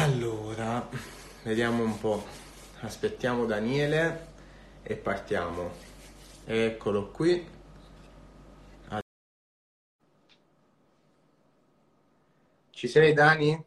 Allora, vediamo un po'. Aspettiamo Daniele e partiamo. Eccolo qui. Ci sei, Dani?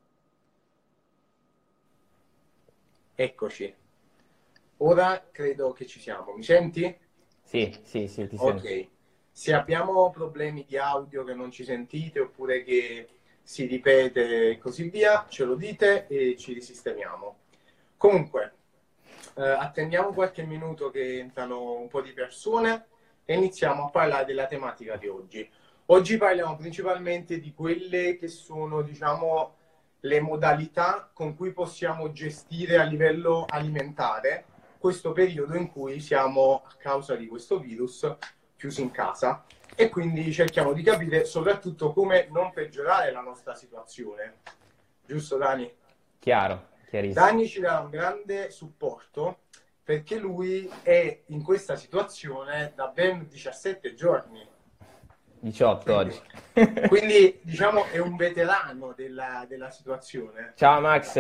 Eccoci. Ora credo che ci siamo. Mi senti? Sì, sì, sì, ti sento. Ok. Se abbiamo problemi di audio che non ci sentite oppure che si ripete e così via, ce lo dite e ci risistemiamo. Comunque, attendiamo qualche minuto che entrano un po' di persone e iniziamo a parlare della tematica di oggi. Oggi parliamo principalmente di quelle che sono, diciamo, le modalità con cui possiamo gestire a livello alimentare questo periodo in cui siamo, a causa di questo virus, chiusi in casa e quindi cerchiamo di capire soprattutto come non peggiorare la nostra situazione. Giusto, Dani? Chiaro, chiarissimo. Dani ci dà un grande supporto perché lui è in questa situazione da ben 17 giorni. 18 Quindi, oggi. quindi, diciamo è un veterano della situazione. Ciao Max.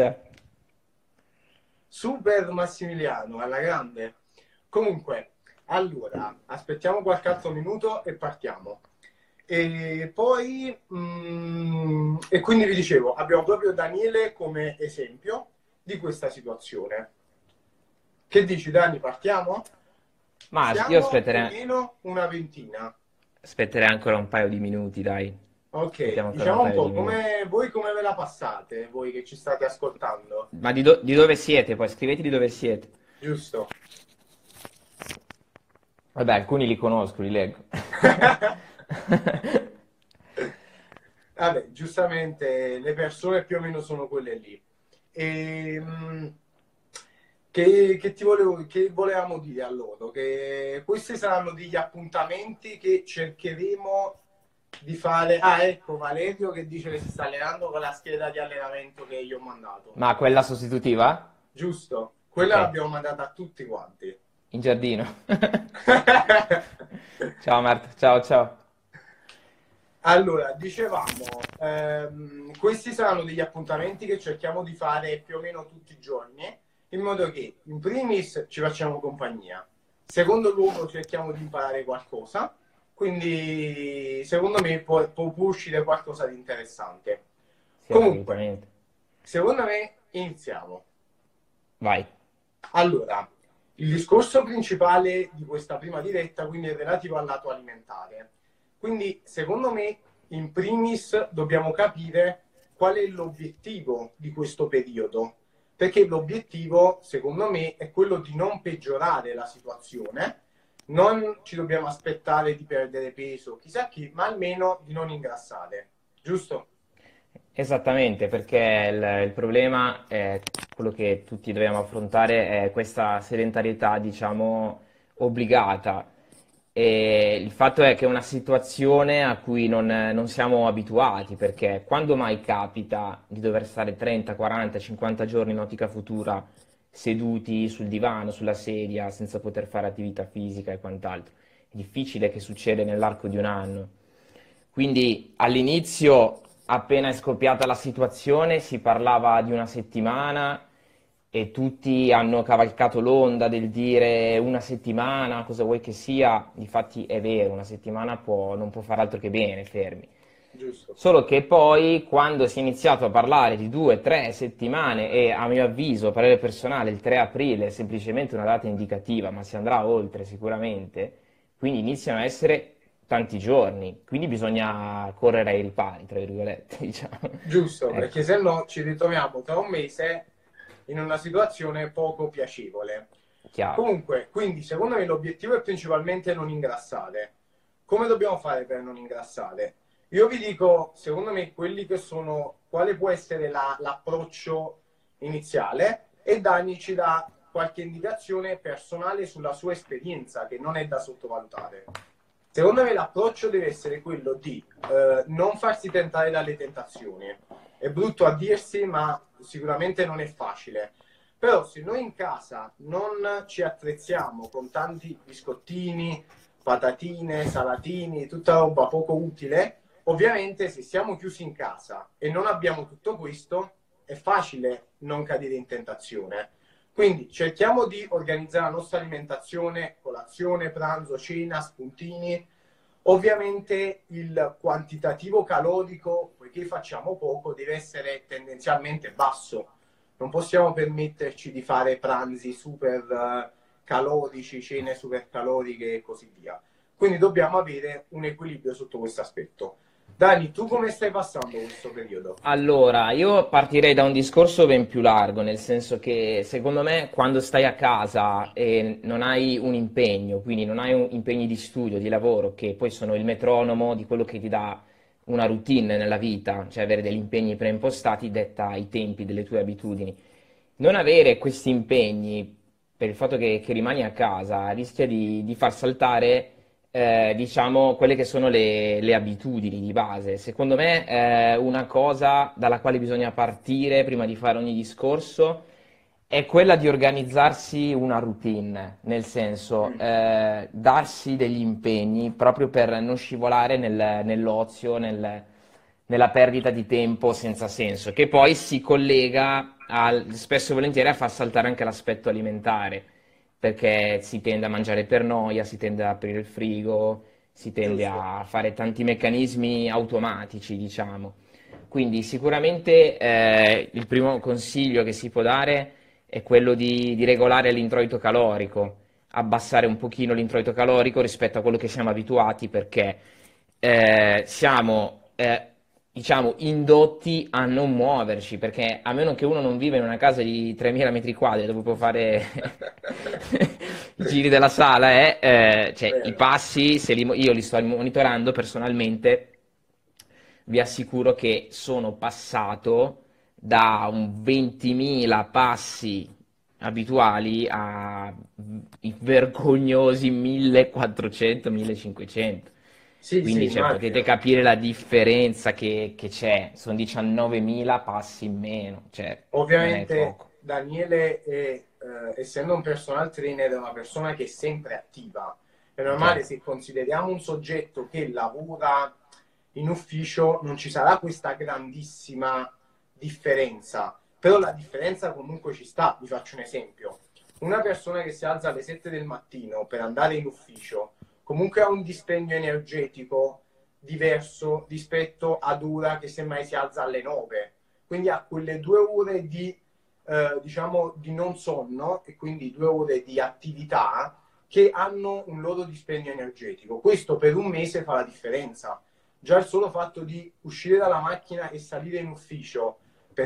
Super Massimiliano, alla grande. Comunque, allora, aspettiamo qualche altro minuto e partiamo. E poi, e quindi vi dicevo, abbiamo proprio Daniele come esempio di questa situazione. Che dici, Dani, partiamo? Ma io Siamo più o meno una ventina. aspetterei ancora un paio di minuti, dai. Ok, Aspettiamo ancora un diciamo un paio di po', minuti. voi come ve la passate, voi che ci state ascoltando? Ma di dove siete? Poi scrivete di dove siete. Giusto? Vabbè, alcuni li conosco, li leggo. Vabbè, giustamente le persone più o meno sono quelle lì. E, che volevamo dire a loro? Che questi saranno degli appuntamenti che cercheremo di fare. Ah, ecco Valerio che dice che si sta allenando con la scheda di allenamento che gli ho mandato. Ma quella sostitutiva? Giusto? Ok, Quella l'abbiamo mandata a tutti quanti. in giardino. Ciao Marta, ciao ciao. Allora, dicevamo, questi saranno degli appuntamenti che cerchiamo di fare più o meno tutti i giorni, in modo che in primis ci facciamo compagnia, secondo luogo cerchiamo di imparare qualcosa, quindi secondo me può uscire qualcosa di interessante. Sì, Comunque, assolutamente. secondo me iniziamo. Vai. Allora, il discorso principale di questa prima diretta quindi è relativo al lato alimentare. Quindi, secondo me, in primis dobbiamo capire qual è l'obiettivo di questo periodo, perché l'obiettivo, secondo me, è quello di non peggiorare la situazione, non ci dobbiamo aspettare di perdere peso, chissà chi, ma almeno di non ingrassare, giusto? Esattamente, perché il problema è quello che tutti dobbiamo affrontare è questa sedentarietà, diciamo, obbligata. E il fatto è che è una situazione a cui non siamo abituati, perché quando mai capita di dover stare 30, 40, 50 giorni in ottica futura seduti sul divano, sulla sedia, senza poter fare attività fisica e quant'altro? È difficile che succeda nell'arco di un anno. Quindi all'inizio, appena è scoppiata la situazione, si parlava di una settimana e tutti hanno cavalcato l'onda del dire una settimana, cosa vuoi che sia. Difatti è vero, una settimana non può fare altro che bene, fermi. Giusto. Solo che poi, quando si è iniziato a parlare di 2, 3 settimane, e a mio avviso, parere personale, il 3 aprile è semplicemente una data indicativa, ma si andrà oltre sicuramente, quindi iniziano a essere tanti giorni, quindi bisogna correre ai ripari, tra virgolette, diciamo. Giusto, Ecco, perché se no ci ritroviamo tra un mese in una situazione poco piacevole. chiaro. Comunque, quindi secondo me l'obiettivo è principalmente non ingrassare. Come dobbiamo fare per non ingrassare? Io vi dico, secondo me, quelli che sono, quale può essere l'approccio iniziale e Dani ci dà qualche indicazione personale sulla sua esperienza, che non è da sottovalutare. Secondo me l'approccio deve essere quello di non farsi tentare dalle tentazioni. È brutto a dirsi, ma sicuramente non è facile. Però se noi in casa non ci attrezziamo con tanti biscottini, patatine, salatini, tutta roba poco utile, ovviamente se siamo chiusi in casa e non abbiamo tutto questo, è facile non cadere in tentazione. Quindi cerchiamo di organizzare la nostra alimentazione, colazione, pranzo, cena, spuntini. Ovviamente il quantitativo calorico, poiché facciamo poco, deve essere tendenzialmente basso. Non possiamo permetterci di fare pranzi super calorici, cene super caloriche e così via. Quindi dobbiamo avere un equilibrio sotto questo aspetto. Dani, tu come stai passando questo periodo? Allora, io partirei da un discorso ben più largo, nel senso che secondo me quando stai a casa e non hai un impegno, quindi non hai impegni di studio, di lavoro, che poi sono il metronomo di quello che ti dà una routine nella vita, cioè avere degli impegni preimpostati detta i tempi delle tue abitudini. Non avere questi impegni, per il fatto che rimani a casa, rischia di far saltare, diciamo, quelle che sono le abitudini di base. Secondo me, una cosa dalla quale bisogna partire prima di fare ogni discorso è quella di organizzarsi una routine, nel senso, darsi degli impegni proprio per non scivolare nell'ozio, nella perdita di tempo senza senso, che poi si collega spesso e volentieri a far saltare anche l'aspetto alimentare, perché si tende a mangiare per noia, si tende ad aprire il frigo, si tende Giusto. a fare tanti meccanismi automatici, diciamo. Quindi sicuramente il primo consiglio che si può dare è quello di regolare l'introito calorico, abbassare un pochino l'introito calorico rispetto a quello che siamo abituati, perché siamo, diciamo, indotti a non muoverci, perché a meno che uno non vive in una casa di 3.000 metri quadri dove può fare i giri della sala, cioè, i Vero. passi, io li sto monitorando personalmente, vi assicuro che sono passato da un 20.000 passi abituali a i vergognosi 1400-1500. Sì, sì, Quindi cioè, potete immagino. capire la differenza che c'è. Sono 19.000 passi in meno, cioè non è Ovviamente poco. Daniele essendo un personal trainer, è una persona che è sempre attiva. È normale, Certo, se consideriamo un soggetto che lavora in ufficio, non ci sarà questa grandissima differenza, però la differenza comunque ci sta. Vi faccio un esempio. Una persona che si alza alle 7 del mattino per andare in ufficio comunque ha un dispendio energetico diverso rispetto ad una che semmai si alza alle 9, quindi ha quelle 2 ore di, diciamo, di non sonno e quindi 2 ore di attività che hanno un loro dispendio energetico. Questo per un mese fa la differenza. Già il solo fatto di uscire dalla macchina e salire in ufficio,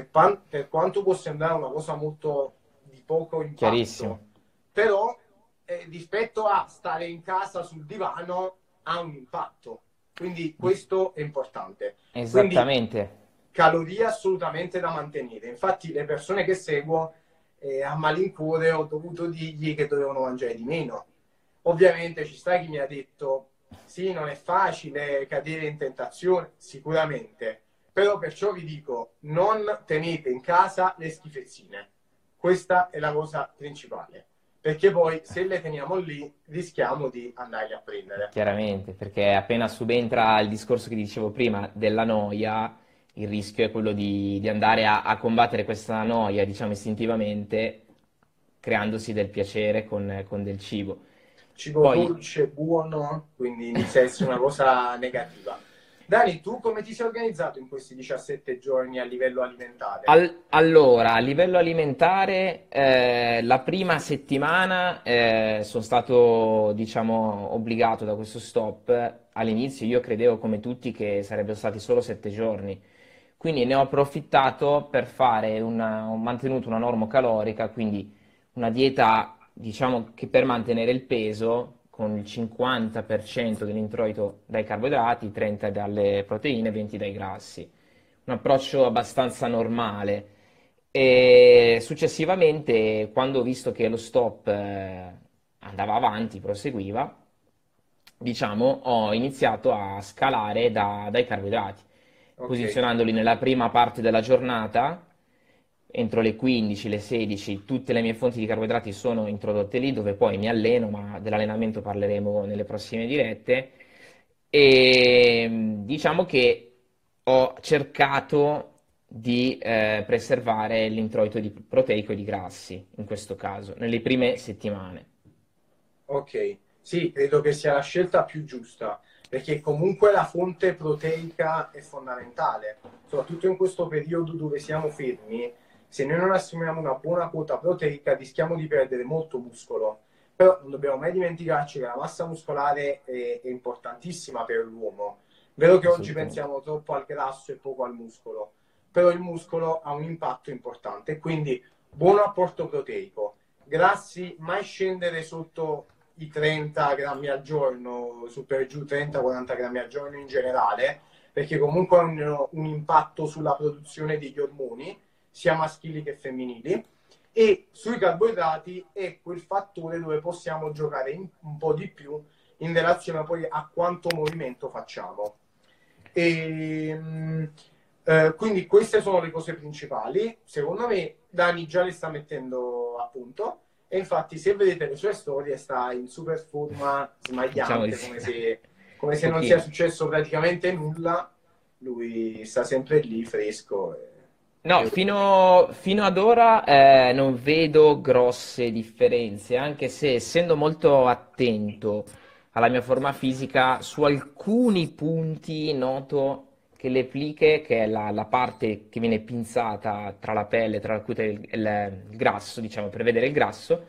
per quanto può sembrare una cosa molto di poco chiarissimo. impatto, però rispetto a stare in casa sul divano ha un impatto. Quindi questo è importante. Quindi Esattamente. calorie assolutamente da mantenere. Infatti le persone che seguo a malincuore ho dovuto dirgli che dovevano mangiare di meno. Ovviamente ci sta chi mi ha detto sì, non è facile cadere in tentazione, sicuramente, però perciò vi dico non tenete in casa le schifezzine. Questa è la cosa principale, perché poi se le teniamo lì rischiamo di andarle a prendere. Chiaramente, perché appena subentra il discorso che dicevo prima della noia, il rischio è quello di andare a combattere questa noia, diciamo istintivamente, creandosi del piacere con del cibo. Cibo Poi, dolce, buono, quindi inizia a essere una cosa negativa. Dani, tu come ti sei organizzato in questi 17 giorni a livello alimentare? allora, a livello alimentare, la prima settimana sono stato, diciamo, obbligato da questo stop. All'inizio io credevo, come tutti, che sarebbero stati solo 7 giorni. Quindi ne ho approfittato per fare ho mantenuto una norma calorica, quindi una dieta, diciamo, che per mantenere il peso, con il 50% dell'introito dai carboidrati, 30 dalle proteine, 20 dai grassi. Un approccio abbastanza normale. E successivamente, quando ho visto che lo stop andava avanti, proseguiva, diciamo, ho iniziato a scalare dai carboidrati, Ok, posizionandoli nella prima parte della giornata, entro le 15, le 16, tutte le mie fonti di carboidrati sono introdotte lì, dove poi mi alleno, ma dell'allenamento parleremo nelle prossime dirette. E diciamo che ho cercato di preservare l'introito proteico e di grassi, in questo caso, nelle prime settimane. Ok, sì, credo che sia la scelta più giusta, perché comunque la fonte proteica è fondamentale, soprattutto in questo periodo dove siamo fermi. Se noi non assumiamo una buona quota proteica, rischiamo di perdere molto muscolo. Però non dobbiamo mai dimenticarci che la massa muscolare è importantissima per l'uomo. Vero che oggi Assolutamente. pensiamo troppo al grasso e poco al muscolo, però il muscolo ha un impatto importante, quindi buon apporto proteico. Grassi, mai scendere sotto i 30 grammi al giorno, su per giù 30-40 grammi al giorno in generale, perché comunque hanno un impatto sulla produzione degli ormoni, sia maschili che femminili, e sui carboidrati è quel fattore dove possiamo giocare un po' di più in relazione poi a quanto movimento facciamo. E, quindi queste sono le cose principali. Secondo me Dani già le sta mettendo a punto e infatti se vedete le sue storie sta in super forma Diciamo di smagliante, sì. come Un se non sia pochino. successo praticamente nulla. Lui sta sempre lì fresco. No, fino ad ora non vedo grosse differenze, anche se essendo molto attento alla mia forma fisica, su alcuni punti noto che le pliche, che è la parte che viene pinzata tra la pelle, tra la cute e il grasso, diciamo, per vedere il grasso,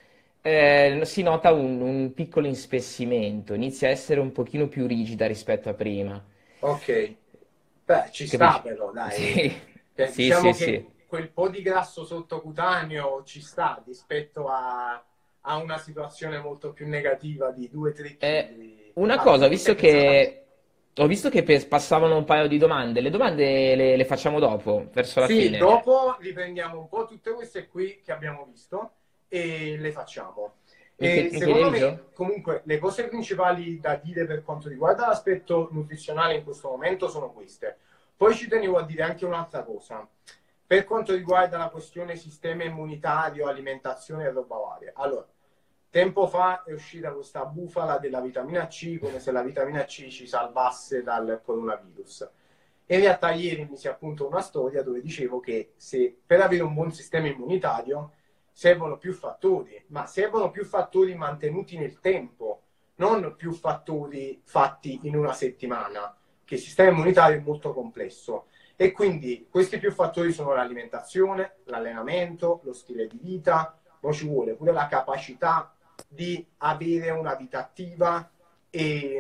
si nota un piccolo inspessimento, inizia a essere un pochino più rigida rispetto a prima. Ok, beh, ci sta Capisci? però, dai. Sì, Cioè, sì, sì, diciamo che sì. quel po' di grasso sottocutaneo ci sta rispetto a una situazione molto più negativa di 2-3 kg Una cosa, attualmente pesanti. ho visto che passavano un paio di domande, le domande le facciamo dopo, verso la Sì, fine. dopo riprendiamo un po' tutte queste qui che abbiamo visto e le facciamo. E Mi secondo chiedevi, Gio? me, comunque, le cose principali da dire per quanto riguarda l'aspetto nutrizionale in questo momento sono queste. Poi ci tenevo a dire anche un'altra cosa. Per quanto riguarda la questione sistema immunitario, alimentazione e roba varia. Allora, tempo fa è uscita questa bufala della vitamina C, come se la vitamina C ci salvasse dal coronavirus. In realtà ieri mi si appunto una storia dove dicevo che se per avere un buon sistema immunitario servono più fattori, ma servono più fattori mantenuti nel tempo, non più fattori fatti in una settimana, che il sistema immunitario è molto complesso. E quindi questi più fattori sono l'alimentazione, l'allenamento, lo stile di vita, ma ci vuole pure la capacità di avere una vita attiva e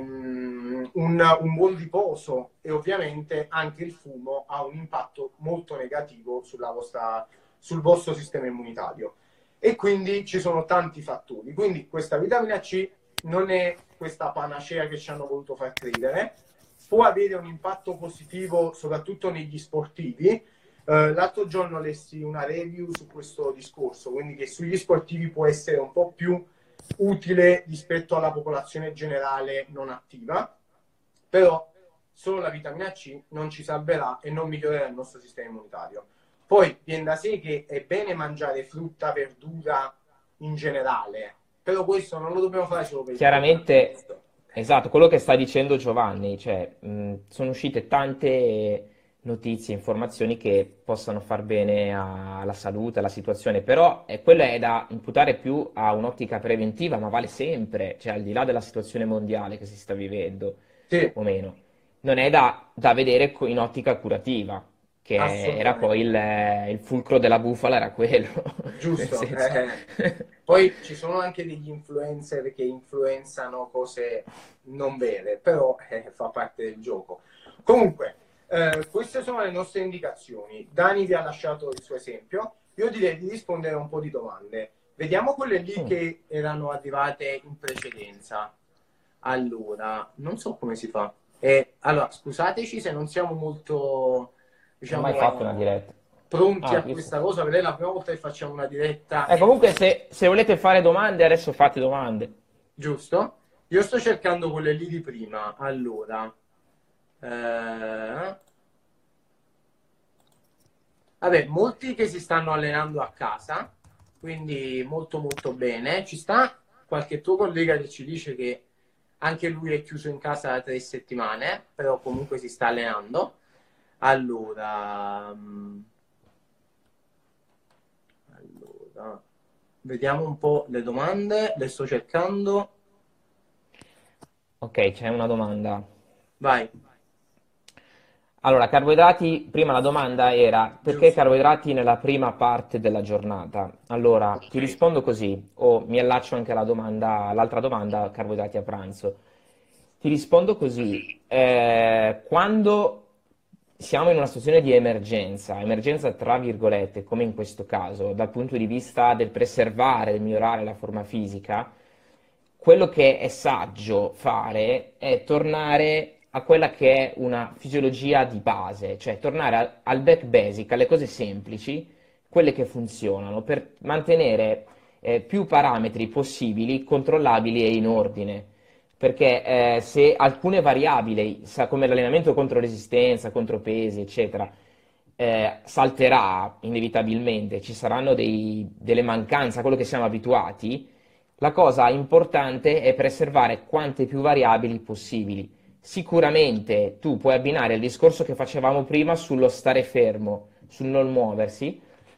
un buon riposo e ovviamente anche il fumo ha un impatto molto negativo sul vostro sistema immunitario e quindi ci sono tanti fattori. Quindi questa vitamina C non è questa panacea che ci hanno voluto far credere, può avere un impatto positivo soprattutto negli sportivi. L'altro giorno lessi una review su questo discorso, quindi che sugli sportivi può essere un po' più utile rispetto alla popolazione generale non attiva, però solo la vitamina C non ci salverà e non migliorerà il nostro sistema immunitario. Poi viene da sé che è bene mangiare frutta, verdura in generale, però questo non lo dobbiamo fare solo per il Chiaramente, coronavirus. esatto, quello che sta dicendo Giovanni, cioè, sono uscite tante notizie, informazioni che possano far bene alla salute, alla situazione, però quello è da imputare più a un'ottica preventiva, ma vale sempre, cioè al di là della situazione mondiale che si sta vivendo Sì, o meno, non è da vedere in ottica curativa, che era poi assolutamente. il fulcro della bufala, era quello, nel Giusto. senso. Poi ci sono anche degli influencer che influenzano cose non vere, però fa parte del gioco. Comunque, queste sono le nostre indicazioni. Dani vi ha lasciato il suo esempio. Io direi di rispondere a un po' di domande. Vediamo quelle lì Mm. che erano arrivate in precedenza. Allora, non so come si fa. Allora, scusateci se non siamo molto, Non ho mai fatto una diciamo, diretta. pronti Ah, a io sì. questa cosa, perché è la prima volta che facciamo una diretta, Comunque, se volete fare domande, adesso fate domande. giusto? Io sto cercando quelle lì di prima. Allora, eh, vabbè, molti che si stanno allenando a casa, quindi molto molto bene. Ci sta qualche tuo collega che ci dice che anche lui è chiuso in casa da 3 settimane, però comunque si sta allenando. Allora, vediamo un po' le domande, le sto cercando. Ok, c'è una domanda. Vai, Allora, carboidrati, prima la domanda era perché giusto. carboidrati nella prima parte della giornata? Allora, Ok. ti rispondo così, o mi allaccio anche alla l'altra domanda, carboidrati a pranzo. Ti rispondo così, quando siamo in una situazione di emergenza, emergenza tra virgolette, come in questo caso, dal punto di vista del preservare, del migliorare la forma fisica, quello che è saggio fare è tornare a quella che è una fisiologia di base, cioè tornare al back basic, alle cose semplici, quelle che funzionano, per mantenere più parametri possibili, controllabili e in ordine. Perché se alcune variabili, come l'allenamento contro resistenza, contro pesi, eccetera, salterà inevitabilmente, ci saranno delle mancanze a quello che siamo abituati, la cosa importante è preservare quante più variabili possibili. Sicuramente tu puoi abbinare il discorso che facevamo prima sullo stare fermo, sul non muoversi,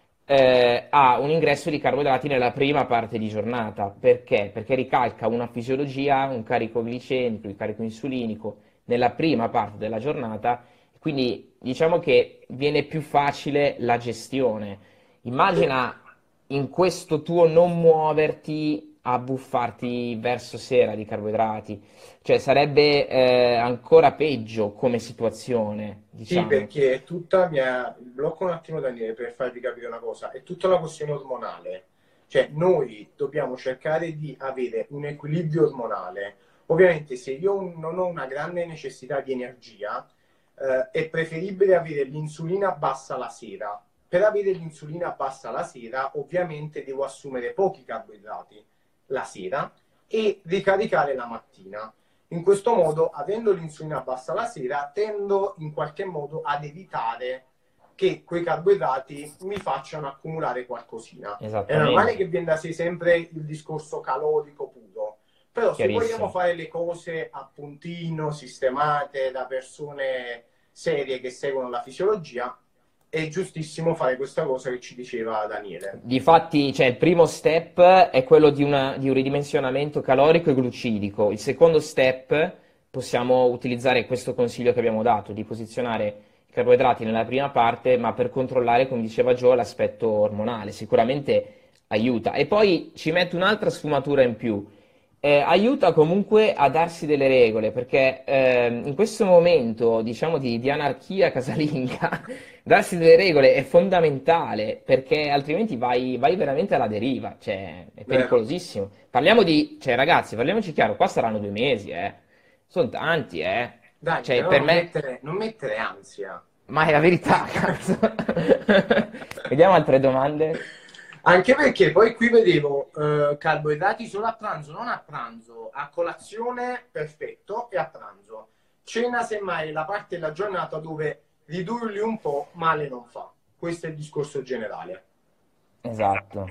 a un ingresso di carboidrati nella prima parte di giornata. Perché? Perché ricalca una fisiologia, un carico glicemico, il carico insulinico nella prima parte della giornata, quindi diciamo che viene più facile la gestione. Immagina in questo tuo non muoverti a buffarti verso sera di carboidrati, cioè sarebbe ancora peggio come situazione, Sì, diciamo. perché è tutta mia... Blocco un attimo Daniele per farvi capire una cosa, è tutta una questione ormonale. Cioè, noi dobbiamo cercare di avere un equilibrio ormonale. Ovviamente, se io non ho una grande necessità di energia, è preferibile avere l'insulina bassa la sera. Per avere l'insulina bassa la sera, ovviamente devo assumere pochi carboidrati la sera e ricaricare la mattina. In questo modo, avendo l'insulina bassa la sera, tendo in qualche modo ad evitare che quei carboidrati mi facciano accumulare qualcosina. È normale Esattamente, che viene da sé sempre il discorso calorico puro, però se vogliamo chiarissimo. fare le cose a puntino, sistemate da persone serie che seguono la fisiologia, è giustissimo fare questa cosa che ci diceva Daniele. Difatti, cioè, il primo step è quello di un ridimensionamento calorico e glucidico. Il secondo step possiamo utilizzare questo consiglio che abbiamo dato, di posizionare i carboidrati nella prima parte, ma per controllare, come diceva Joe, l'aspetto ormonale. Sicuramente aiuta. E poi ci mette un'altra sfumatura in più. Aiuta comunque a darsi delle regole, perché in questo momento, diciamo, di anarchia casalinga, darsi delle regole è fondamentale, perché altrimenti vai veramente alla deriva, cioè è Vero? pericolosissimo. Parliamo di, cioè ragazzi, parliamoci chiaro, qua saranno 2 mesi, eh. Sono tanti, eh. Dai, Cioè, però per non me, mettere, non mettere ansia. ma è la verità, cazzo. Vediamo altre domande. Anche perché poi qui vedevo carboidrati solo a pranzo, non a pranzo, a colazione perfetto e a pranzo. Cena semmai è la parte della giornata dove ridurli un po' male non fa. Questo è il discorso generale. Esatto.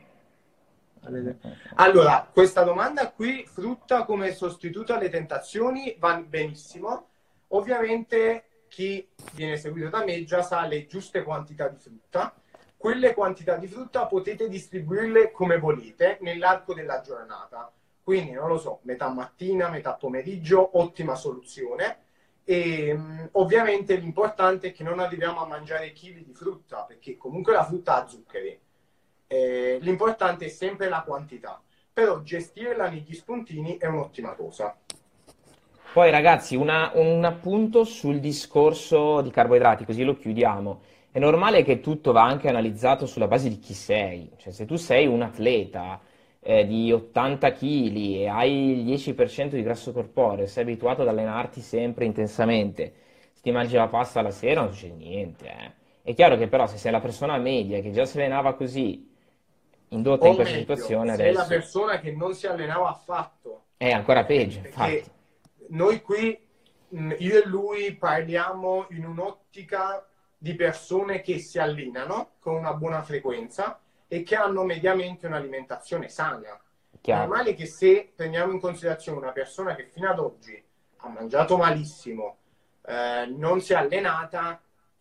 Allora, questa domanda qui, frutta come sostituto alle tentazioni, va benissimo. Ovviamente chi viene seguito da me già sa le giuste quantità di frutta. Quelle quantità di frutta potete distribuirle come volete nell'arco della giornata. Quindi, non lo so, metà mattina, metà pomeriggio, ottima soluzione. E ovviamente l'importante è che non arriviamo a mangiare chili di frutta, perché comunque la frutta ha zuccheri. L'importante è sempre la quantità, però gestirla negli spuntini è un'ottima cosa. Poi ragazzi, un appunto sul discorso di carboidrati, così lo chiudiamo. È normale che tutto va anche analizzato sulla base di chi sei. Cioè, se tu sei un atleta di 80 kg e hai il 10% di grasso corporeo, sei abituato ad allenarti sempre intensamente, se ti mangi la pasta la sera non succede niente, eh. È chiaro che però se sei la persona media che già si allenava così, indotta in O questa meglio, situazione sei la adesso, persona che non si allenava affatto, è ancora peggio, infatti. perché noi qui, io e lui, parliamo in un'ottica di persone che si allenano con una buona frequenza e che hanno mediamente un'alimentazione sana. È Chiaro. normale che se prendiamo in considerazione una persona che fino ad oggi ha mangiato malissimo, non si è allenata,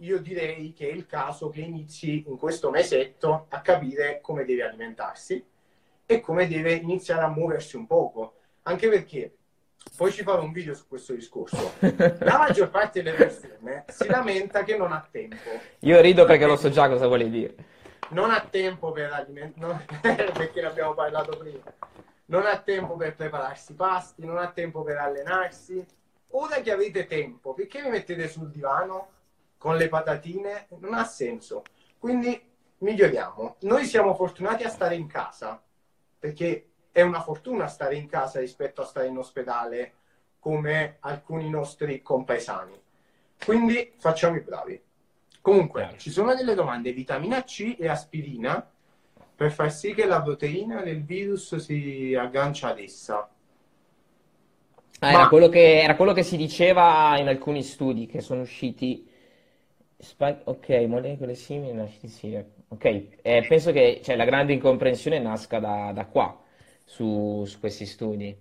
io direi che è il caso che inizi in questo mesetto a capire come deve alimentarsi e come deve iniziare a muoversi un poco. Anche perché, poi ci farò un video su questo discorso, la maggior parte delle persone si lamenta che non ha tempo. Io rido Non ha perché lo so tempo. già cosa vuole dire. Non ha tempo per alimentare, perché ne abbiamo parlato prima, non ha tempo per prepararsi i pasti, non ha tempo per allenarsi. Ora che avete tempo, perché vi mettete sul divano con le patatine? Non ha senso. Quindi miglioriamo. Noi siamo fortunati a stare in casa, perché è una fortuna stare in casa rispetto a stare in ospedale come alcuni nostri compaesani. Quindi facciamo i bravi. Comunque, Chiaro. ci sono delle domande: vitamina C e aspirina per far sì che la proteina del virus si aggancia ad essa. Era Ma era quello che si diceva in alcuni studi che sono usciti. Ok, molecole simili, sì. Ok, penso che cioè, la grande incomprensione nasca da qua, su questi studi,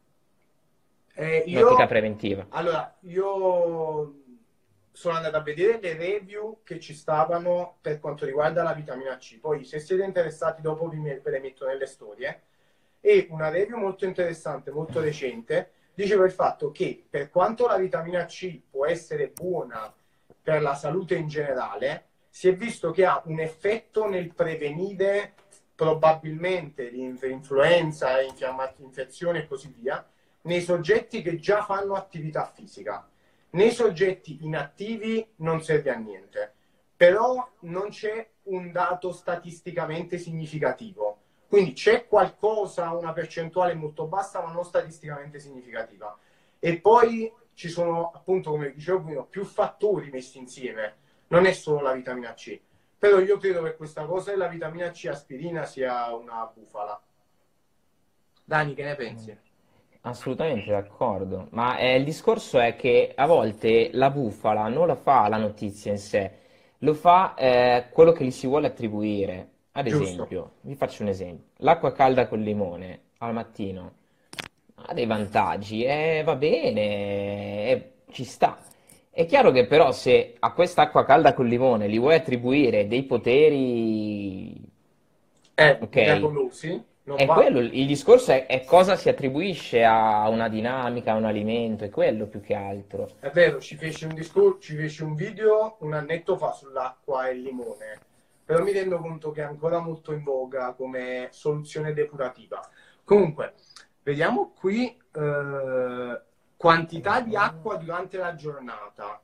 in ottica io, preventiva. io sono andato a vedere le review che ci stavano per quanto riguarda la vitamina C. Poi, se siete interessati, dopo ve le metto nelle storie. E una review molto interessante, molto recente, diceva il fatto che per quanto la vitamina C può essere buona per la salute in generale, si è visto che ha un effetto nel prevenire probabilmente l'influenza, infezioni e così via, nei soggetti che già fanno attività fisica. Nei soggetti inattivi non serve a niente, però non c'è un dato statisticamente significativo. Quindi c'è qualcosa, una percentuale molto bassa, ma non statisticamente significativa. E poi ci sono, appunto, come dicevo prima, più fattori messi insieme. Non è solo la vitamina C. Però io credo che questa cosa della vitamina C aspirina sia una bufala. Dani, che ne pensi? Assolutamente d'accordo, ma il discorso è che a volte la bufala non la fa la notizia in sé, lo fa quello che gli si vuole attribuire. Ad Giusto. esempio, vi faccio un esempio, l'acqua calda col limone al mattino ha dei vantaggi, va bene, ci sta. È chiaro che però se a quest'acqua calda col limone gli vuoi attribuire dei poteri, ok? Miracolosi, non È va. quello, il discorso è cosa si attribuisce a una dinamica, a un alimento, è quello più che altro. È vero, ci feci un video un annetto fa sull'acqua e il limone, però mi rendo conto che è ancora molto in voga come soluzione depurativa. Comunque, vediamo qui quantità di acqua durante la giornata.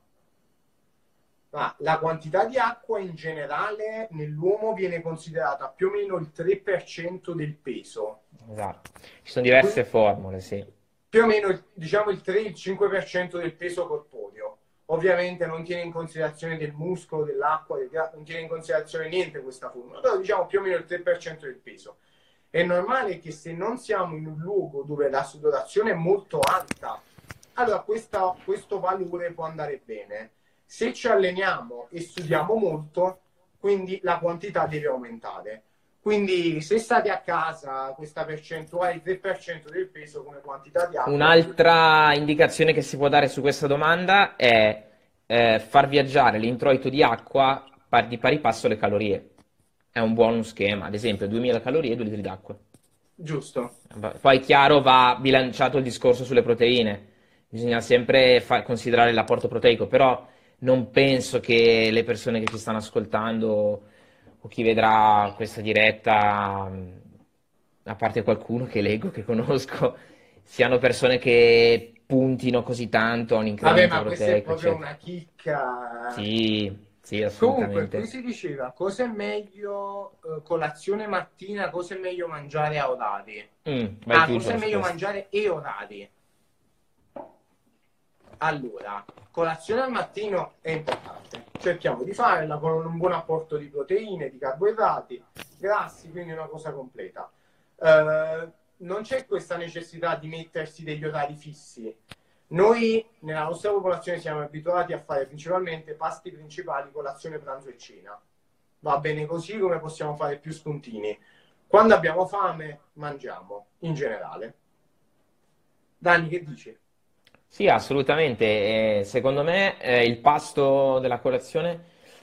La quantità di acqua in generale nell'uomo viene considerata più o meno il 3% del peso. Esatto. Ci sono diverse formule, sì. Più o meno diciamo il 3-5% del peso corporeo. Ovviamente non tiene in considerazione del muscolo, dell'acqua, non tiene in considerazione niente questa formula, però diciamo più o meno il 3% del peso. È normale che se non siamo in un luogo dove la sudorazione è molto alta, allora questo valore può andare bene. Se ci alleniamo e studiamo molto, quindi la quantità deve aumentare. Quindi se state a casa, questa percentuale, il 3% del peso come quantità di acqua. Un'altra indicazione che si può dare su questa domanda è far viaggiare l'introito di acqua di pari passo alle calorie. È un buon schema, ad esempio 2000 calorie e 2 litri d'acqua. Giusto. Poi chiaro va bilanciato il discorso sulle proteine, bisogna sempre considerare l'apporto proteico, però non penso che le persone che ci stanno ascoltando o chi vedrà questa diretta, a parte qualcuno che leggo, che conosco, siano persone che puntino così tanto a un Vabbè, incremento ma questa è proteico, proprio eccetera. una chicca. Sì, sì, Comunque, qui assolutamente. si diceva cosa è meglio colazione mattina, cosa è meglio mangiare a orari. Vai tu, Cosa è Giorgio, su meglio questo. mangiare e orari. Allora, colazione al mattino è importante. Cerchiamo di farla con un buon apporto di proteine, di carboidrati, grassi, quindi una cosa completa. Non c'è questa necessità di mettersi degli orari fissi. Noi nella nostra popolazione siamo abituati a fare principalmente pasti principali, colazione, pranzo e cena. Va bene così, come possiamo fare più spuntini. Quando abbiamo fame, mangiamo, in generale. Dani, che dici? Sì, assolutamente. Secondo me il pasto della colazione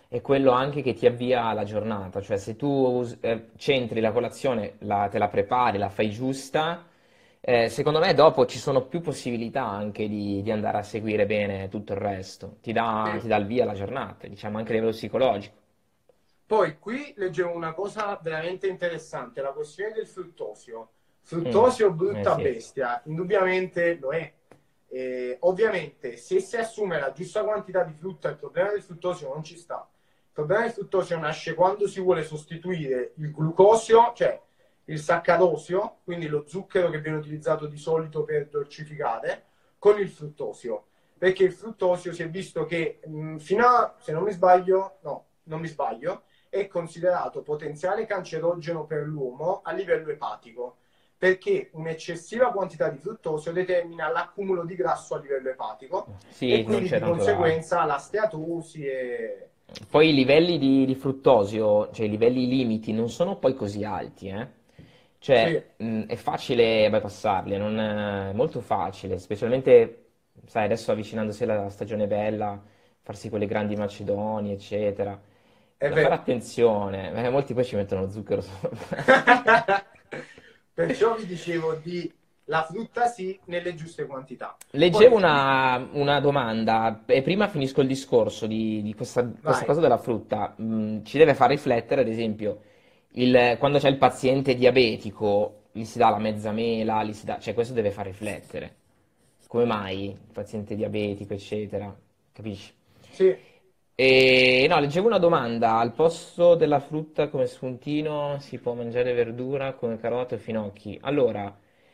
è quello anche che ti avvia la giornata, cioè se tu centri la colazione, te la prepari, la fai giusta, secondo me dopo ci sono più possibilità anche di andare a seguire bene tutto il resto, Sì. ti dà il via la giornata, diciamo anche a livello psicologico. Poi qui leggevo una cosa veramente interessante, la questione del fruttosio. Mm, Fruttosio, brutta sì. bestia, indubbiamente lo è. Ovviamente, se si assume la giusta quantità di frutta, il problema del fruttosio non ci sta. Il problema del fruttosio nasce quando si vuole sostituire il glucosio, cioè il saccarosio, quindi lo zucchero che viene utilizzato di solito per dolcificare, con il fruttosio. Perché il fruttosio si è visto che fino a, se non mi sbaglio, no, non mi sbaglio, è considerato potenziale cancerogeno per l'uomo a livello epatico, perché un'eccessiva quantità di fruttosio determina l'accumulo di grasso a livello epatico e Sì, non quindi c'è di tanto da... conseguenza la steatosi e... Poi i livelli di fruttosio, cioè i livelli limiti, non sono poi così alti, eh? Sì, Cioè, è facile bypassarli, è molto facile, specialmente, sai, adesso avvicinandosi alla stagione bella, farsi quelle grandi macedoni, eccetera. è Da fare vero. attenzione, molti poi ci mettono zucchero sopra. Perciò vi dicevo di la frutta sì nelle giuste quantità. Poi Leggevo qui una domanda e prima finisco il discorso di questa vai. cosa della frutta. Ci deve far riflettere, ad esempio, quando c'è il paziente diabetico, gli si dà la mezza mela, cioè questo deve far riflettere. Come mai il paziente diabetico, eccetera, capisci? Sì, E no, leggevo una domanda, al posto della frutta come spuntino si può mangiare verdura come carote o finocchi? Allora,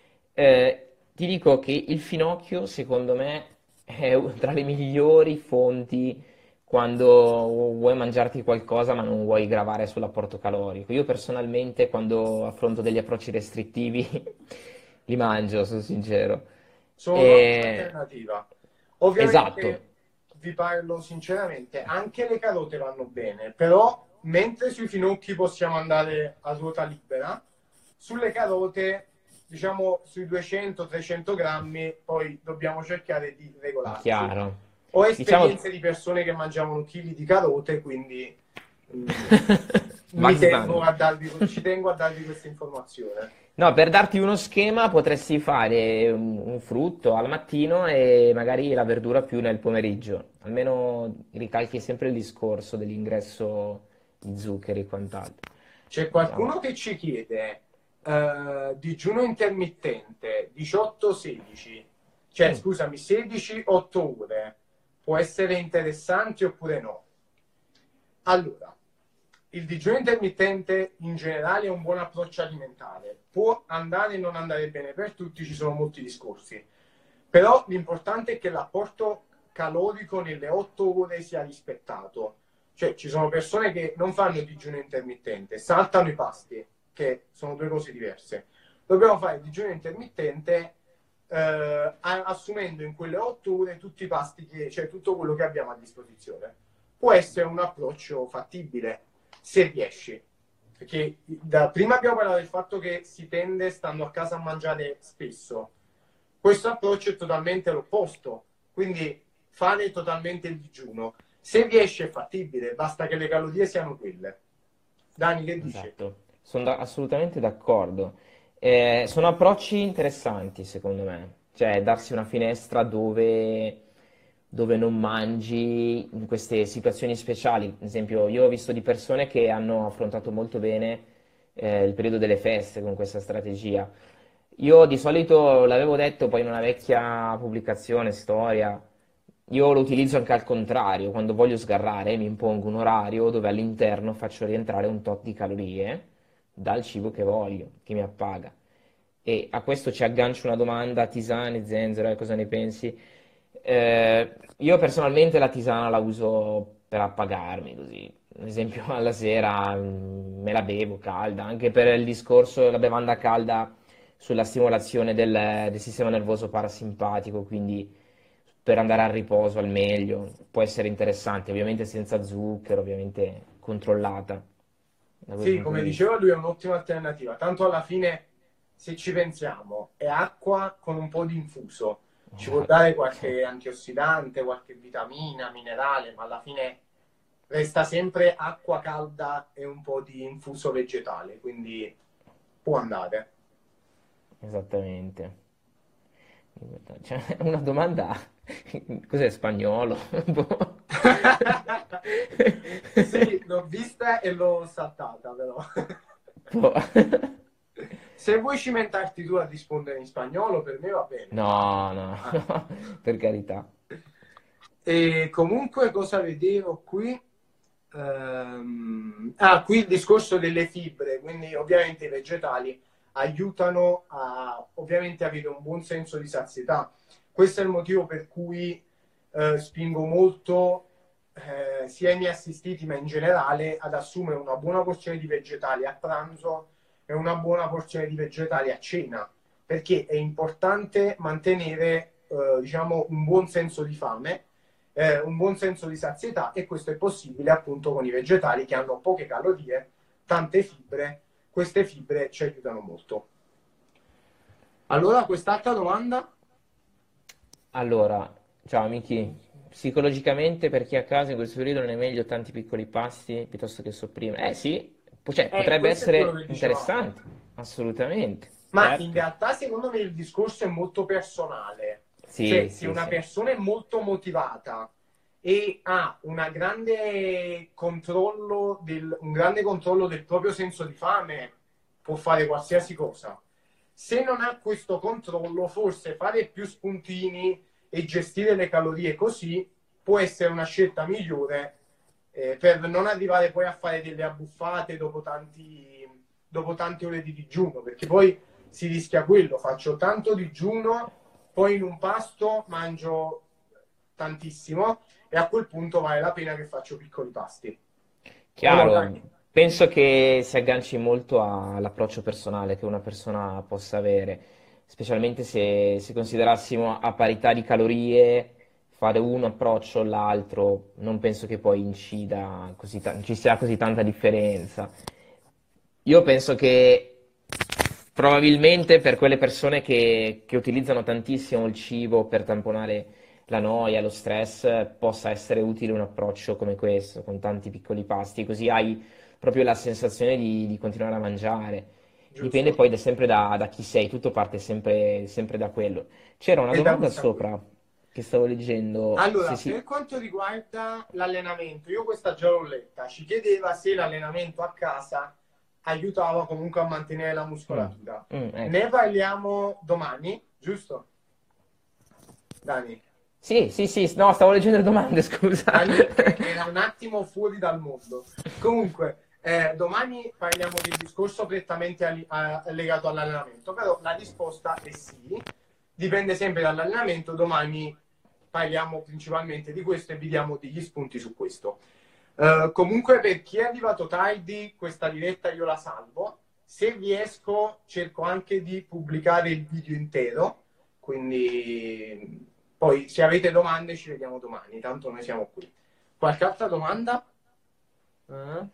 ti dico che il finocchio, secondo me, è tra le migliori fonti quando vuoi mangiarti qualcosa ma non vuoi gravare sull'apporto calorico. Io personalmente, quando affronto degli approcci restrittivi, li mangio, sono sincero. sono un'ottima E... alternativa. Esatto. Ovviamente vi parlo sinceramente, anche le carote vanno bene, però mentre sui finocchi possiamo andare a ruota libera, sulle carote, diciamo sui 200-300 grammi, poi dobbiamo cercare di regolarci. Chiaro. Ho Diciamo esperienze di persone che mangiavano chili di carote, quindi mm, Bugs ci tengo a darvi questa informazione. No, per darti uno schema potresti fare un frutto al mattino e magari la verdura più nel pomeriggio. Almeno ricalchi sempre il discorso dell'ingresso di zuccheri e quant'altro. C'è Diciamo. qualcuno che ci chiede digiuno intermittente 18-16, cioè Mm. scusami, 16-8 ore, può essere interessante oppure no? Allora, il digiuno intermittente in generale è un buon approccio alimentare, può andare e non andare bene per tutti, ci sono molti discorsi, però l'importante è che l'apporto calorico nelle 8 ore sia rispettato. Cioè, ci sono persone che non fanno il digiuno intermittente, saltano i pasti, che sono due cose diverse. Dobbiamo fare il digiuno intermittente assumendo in quelle 8 ore tutti i pasti, cioè tutto quello che abbiamo a disposizione. Può essere un approccio fattibile, se riesci. Perché prima abbiamo parlato del fatto che si tende, stando a casa, a mangiare spesso. Questo approccio è totalmente l'opposto, quindi fare totalmente il digiuno. Se riesce è fattibile, basta che le calorie siano quelle. Dani, che dici? Esatto, sono assolutamente d'accordo. Sono approcci interessanti, secondo me. Cioè, darsi una finestra dove non mangi in queste situazioni speciali. Ad esempio, io ho visto di persone che hanno affrontato molto bene, il periodo delle feste con questa strategia. Io di solito l'avevo detto poi in una vecchia pubblicazione, storia. Io lo utilizzo anche al contrario, quando voglio sgarrare mi impongo un orario dove all'interno faccio rientrare un tot di calorie dal cibo che voglio, che mi appaga. E a questo ci aggancio una domanda, tisane, zenzero, cosa ne pensi? Io personalmente la tisana la uso per appagarmi, così. Ad esempio alla sera me la bevo calda, anche per il discorso, la bevanda calda sulla stimolazione del sistema nervoso parasimpatico, quindi per andare a riposo al meglio. Può essere interessante, ovviamente senza zucchero, ovviamente controllata da quel Sì, punto di come vista. diceva lui, è un'ottima alternativa. Tanto alla fine, se ci pensiamo, è acqua con un po' di infuso. Ci può Esatto. dare qualche antiossidante, qualche vitamina, minerale, ma alla fine resta sempre acqua calda e un po' di infuso vegetale, quindi può andare. Esattamente. C'è una domanda, cos'è spagnolo? Boh. Sì, l'ho vista e l'ho saltata, però. Boh. Se vuoi cimentarti tu a rispondere in spagnolo, per me va bene. No, no, Ah. no, per carità. E comunque cosa vedevo qui? Qui il discorso delle fibre, quindi ovviamente i vegetali aiutano a ovviamente avere un buon senso di sazietà. Questo è il motivo per cui spingo molto sia i miei assistiti, ma in generale, ad assumere una buona porzione di vegetali a pranzo e una buona porzione di vegetali a cena, perché è importante mantenere, diciamo, un buon senso di fame, un buon senso di sazietà, e questo è possibile appunto con i vegetali che hanno poche calorie, tante fibre. Queste fibre ci aiutano molto. Allora, quest'altra domanda? Allora, ciao amici. Psicologicamente per chi è a casa in questo periodo non è meglio tanti piccoli pasti piuttosto che sopprimere? Eh sì, cioè, potrebbe Questo è quello essere che dicevamo. interessante, assolutamente, Ma in certo. realtà, secondo me, il discorso è molto personale. Sì, Cioè, se sì, una sì. persona è molto motivata e ha un grande controllo del proprio senso di fame, può fare qualsiasi cosa. Se non ha questo controllo, forse fare più spuntini e gestire le calorie così può essere una scelta migliore, per non arrivare poi a fare delle abbuffate dopo tante ore di digiuno, perché poi si rischia quello, faccio tanto digiuno, poi in un pasto mangio tantissimo e a quel punto vale la pena che faccio piccoli pasti. O no, Chiaro, Dani? penso che si agganci molto all'approccio personale che una persona possa avere, specialmente se considerassimo a parità di calorie, fare uno approccio o l'altro, non penso che poi incida ci sia così tanta differenza. Io penso che probabilmente per quelle persone che utilizzano tantissimo il cibo per tamponare la noia, lo stress, possa essere utile un approccio come questo, con tanti piccoli pasti, così hai proprio la sensazione di continuare a mangiare. Dipende Giusto. poi sempre da chi sei, tutto parte sempre da quello. C'era una E da domanda questa qui. sopra che stavo leggendo, se Allora, si... per quanto riguarda l'allenamento, io questa già l'ho letta, ci chiedeva se l'allenamento a casa aiutava comunque a mantenere la Mm, muscolatura. ecco. Ne parliamo domani, giusto? Dani? Sì, sì, sì, no, stavo leggendo le domande, scusa. Dani era un attimo fuori dal mondo. Comunque, domani parliamo del discorso prettamente legato all'allenamento, però la risposta è sì, dipende sempre dall'allenamento. Domani parliamo principalmente di questo e vi diamo degli spunti su questo. Comunque, per chi è arrivato tardi, questa diretta io la salvo. Se riesco, cerco anche di pubblicare il video intero, quindi poi se avete domande ci vediamo domani, tanto noi siamo qui. Qualche altra domanda? Eh?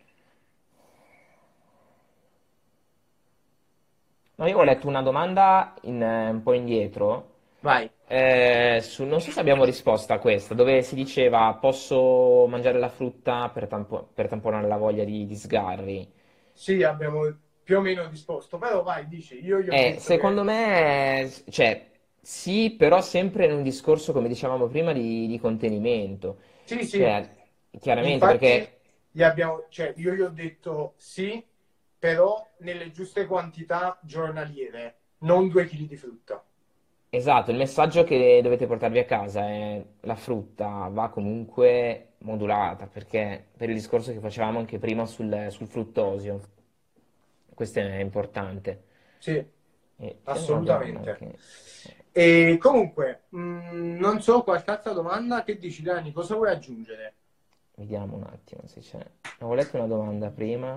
No, io ho letto una domanda un po' indietro, Vai. non so se abbiamo risposto a questa, dove si diceva posso mangiare la frutta per tamponare la voglia di sgarri. Sì, abbiamo più o meno risposto, però vai, dici, io gli ho detto Secondo che... me, cioè, sì, però sempre in un discorso, come dicevamo prima, di contenimento. Sì, sì, Cioè, chiaramente, infatti perché cioè, io gli ho detto sì, però nelle giuste quantità giornaliere, non 2 chili di frutta. esatto, il messaggio che dovete portarvi a casa è la frutta va comunque modulata, perché per il discorso che facevamo anche prima sul fruttosio, questo è importante. Sì, E c'era una domanda assolutamente. anche... E comunque, non so, qualche altra domanda? Che dici, Dani? Cosa vuoi aggiungere? Vediamo un attimo se c'è... Avevo letto una domanda prima.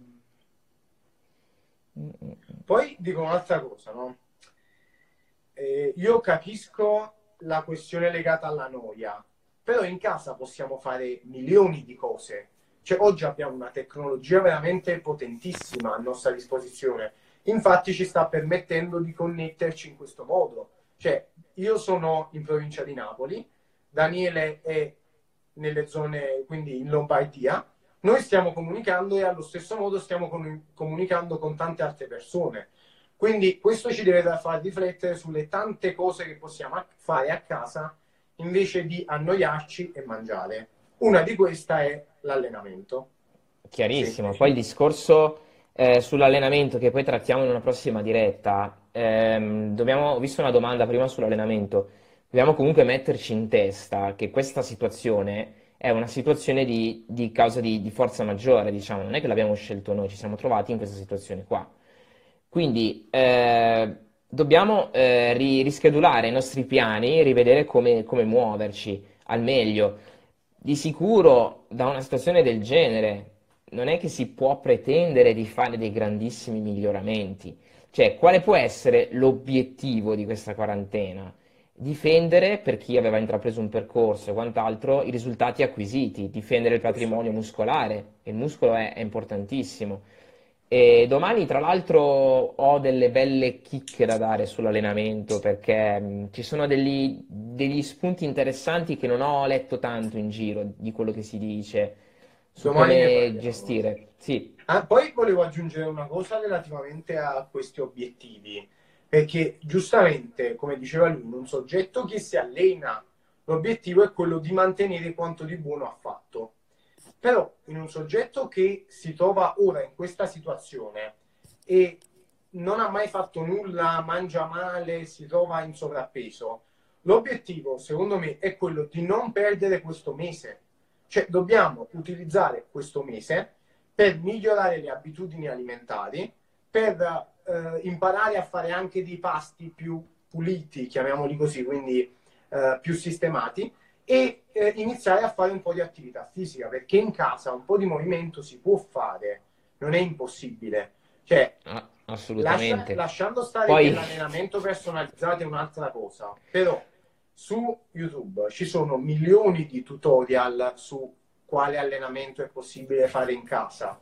Mm, mm, mm. Poi dico un'altra cosa, no? Io capisco la questione legata alla noia, però in casa possiamo fare milioni di cose. Cioè, oggi abbiamo una tecnologia veramente potentissima a nostra disposizione. Infatti, ci sta permettendo di connetterci in questo modo. Cioè, io sono in provincia di Napoli, Daniele è nelle zone, quindi in Lombardia, noi stiamo comunicando e allo stesso modo stiamo comunicando con tante altre persone. Quindi questo ci deve far riflettere sulle tante cose che possiamo fare a casa invece di annoiarci e mangiare. Una di queste è l'allenamento. Chiarissimo. Poi il Semplice. discorso sull'allenamento che poi trattiamo in una prossima diretta. Ho visto una domanda prima sull'allenamento. Dobbiamo comunque metterci in testa che questa situazione è una situazione di causa di forza maggiore, diciamo. Non è che l'abbiamo scelto noi, ci siamo trovati in questa situazione qua. Quindi dobbiamo rischedulare i nostri piani, rivedere come muoverci al meglio. Di sicuro, da una situazione del genere, non è che si può pretendere di fare dei grandissimi miglioramenti. Cioè, quale può essere l'obiettivo di questa quarantena? Difendere, per chi aveva intrapreso un percorso e quant'altro, i risultati acquisiti, difendere il patrimonio muscolare. Il muscolo è importantissimo. E domani, tra l'altro, ho delle belle chicche da dare sull'allenamento perché ci sono degli spunti interessanti che non ho letto tanto in giro di quello che si dice su Domani ne come parliamo. gestire. Sì, Ah, poi volevo aggiungere una cosa relativamente a questi obiettivi, perché giustamente, come diceva lui, in un soggetto che si allena, l'obiettivo è quello di mantenere quanto di buono ha fatto. Però in un soggetto che si trova ora in questa situazione e non ha mai fatto nulla, mangia male, si trova in sovrappeso, l'obiettivo, secondo me, è quello di non perdere questo mese. Cioè, dobbiamo utilizzare questo mese per migliorare le abitudini alimentari, per imparare a fare anche dei pasti più puliti, chiamiamoli così, quindi più sistemati, e iniziare a fare un po' di attività fisica, perché in casa un po' di movimento si può fare, non è impossibile. Cioè, assolutamente. lasciando stare che Poi, l'allenamento personalizzato è un'altra cosa, però su YouTube ci sono milioni di tutorial su quale allenamento è possibile fare in casa.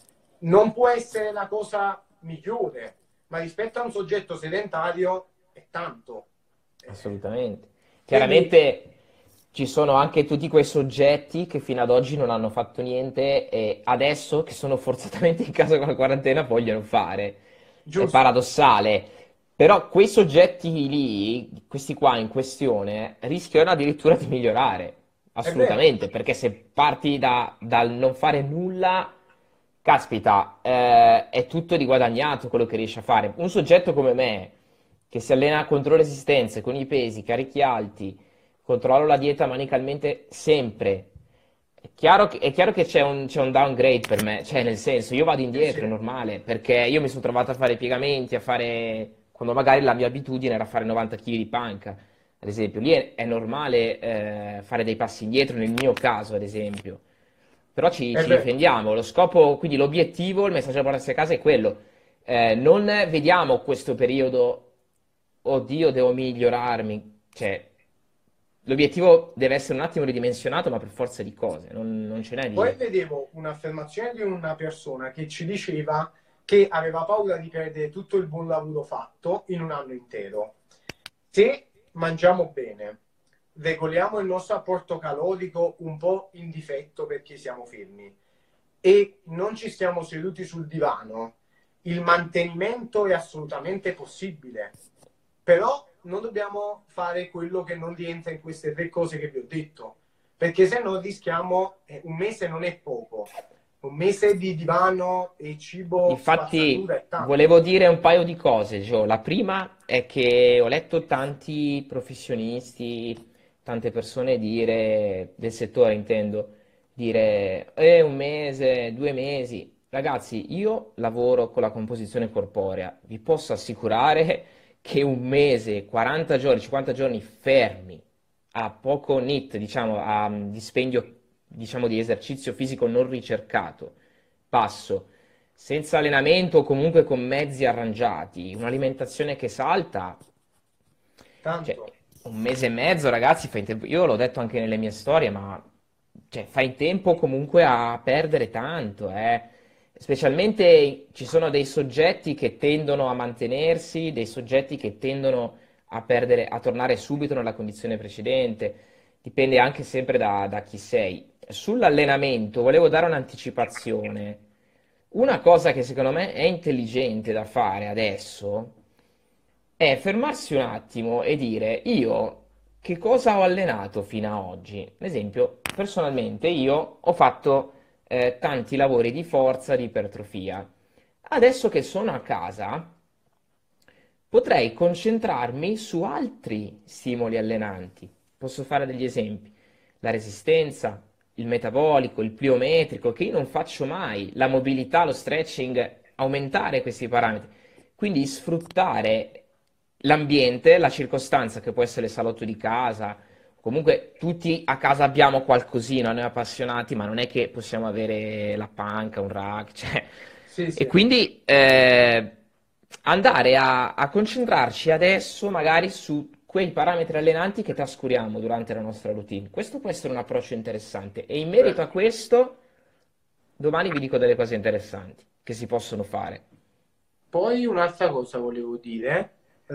Non può essere la cosa migliore, ma rispetto a un soggetto sedentario è tanto. assolutamente. Quindi, Chiaramente ci sono anche tutti quei soggetti che fino ad oggi non hanno fatto niente e adesso che sono forzatamente in casa con la quarantena vogliono fare. È giusto, paradossale. Però quei soggetti lì, questi qua in questione, rischiano addirittura di migliorare. è vero. Assolutamente, perché se parti dal non fare nulla, caspita, è tutto riguadagnato quello che riesci a fare. Un soggetto come me, che si allena contro resistenze, con i pesi, carichi alti, controllo la dieta manicalmente sempre. È chiaro che c'è un downgrade per me, cioè nel senso io vado Sì, sì. indietro, è normale, perché io mi sono trovato a fare piegamenti, a fare, quando magari la mia abitudine era fare 90 kg di panca, ad esempio, lì è normale fare dei passi indietro, nel mio caso, ad esempio, però ci, È ci vero. difendiamo, lo scopo, quindi l'obiettivo, il messaggio da portarsi a casa è quello. Non vediamo questo periodo, oddio, devo migliorarmi, cioè l'obiettivo deve essere un attimo ridimensionato, ma per forza di cose, non ce n'è Poi di... vedevo un'affermazione di una persona che ci diceva che aveva paura di perdere tutto il buon lavoro fatto in un anno intero. Se mangiamo bene, regoliamo il nostro apporto calorico un po' in difetto perché siamo fermi e non ci stiamo seduti sul divano, il mantenimento è assolutamente possibile, però non dobbiamo fare quello che non rientra in queste tre cose che vi ho detto, perché se no rischiamo, un mese non è poco, un mese di divano e cibo spazzatura Infatti, è tanto. volevo dire un paio di cose, Gio. La prima è che ho letto tanti professionisti, tante persone dire, del settore intendo, dire un mese, 2 mesi. Ragazzi, io lavoro con la composizione corporea, vi posso assicurare che un mese, 40 giorni, 50 giorni fermi, a poco NEAT, diciamo, a dispendio, diciamo, di esercizio fisico non ricercato, passo senza allenamento o comunque con mezzi arrangiati, un'alimentazione che salta, cioè Tanto. 1 mese e mezzo, ragazzi, fai in tempo. Io l'ho detto anche nelle mie storie, ma cioè, fai in tempo comunque a perdere tanto, eh. Specialmente ci sono dei soggetti che tendono a mantenersi, dei soggetti che tendono a perdere, a tornare subito nella condizione precedente. dipende anche sempre da chi sei. Sull'allenamento volevo dare un'anticipazione. Una cosa che secondo me è intelligente da fare adesso è fermarsi un attimo e dire io che cosa ho allenato fino ad oggi. Ad esempio, personalmente io ho fatto tanti lavori di forza, di ipertrofia. Adesso che sono a casa, potrei concentrarmi su altri stimoli allenanti. Posso fare degli esempi: la resistenza, il metabolico, il pliometrico, che io non faccio mai, la mobilità, lo stretching, aumentare questi parametri. Quindi sfruttare l'ambiente, la circostanza che può essere il salotto di casa. Comunque tutti a casa abbiamo qualcosina, noi appassionati, ma non è che possiamo avere la panca, un rack, cioè. Sì, E sì. quindi andare a concentrarci adesso magari su quei parametri allenanti che trascuriamo durante la nostra routine. Questo può essere un approccio interessante e in merito a questo domani vi dico delle cose interessanti che si possono fare. Poi un'altra cosa volevo dire.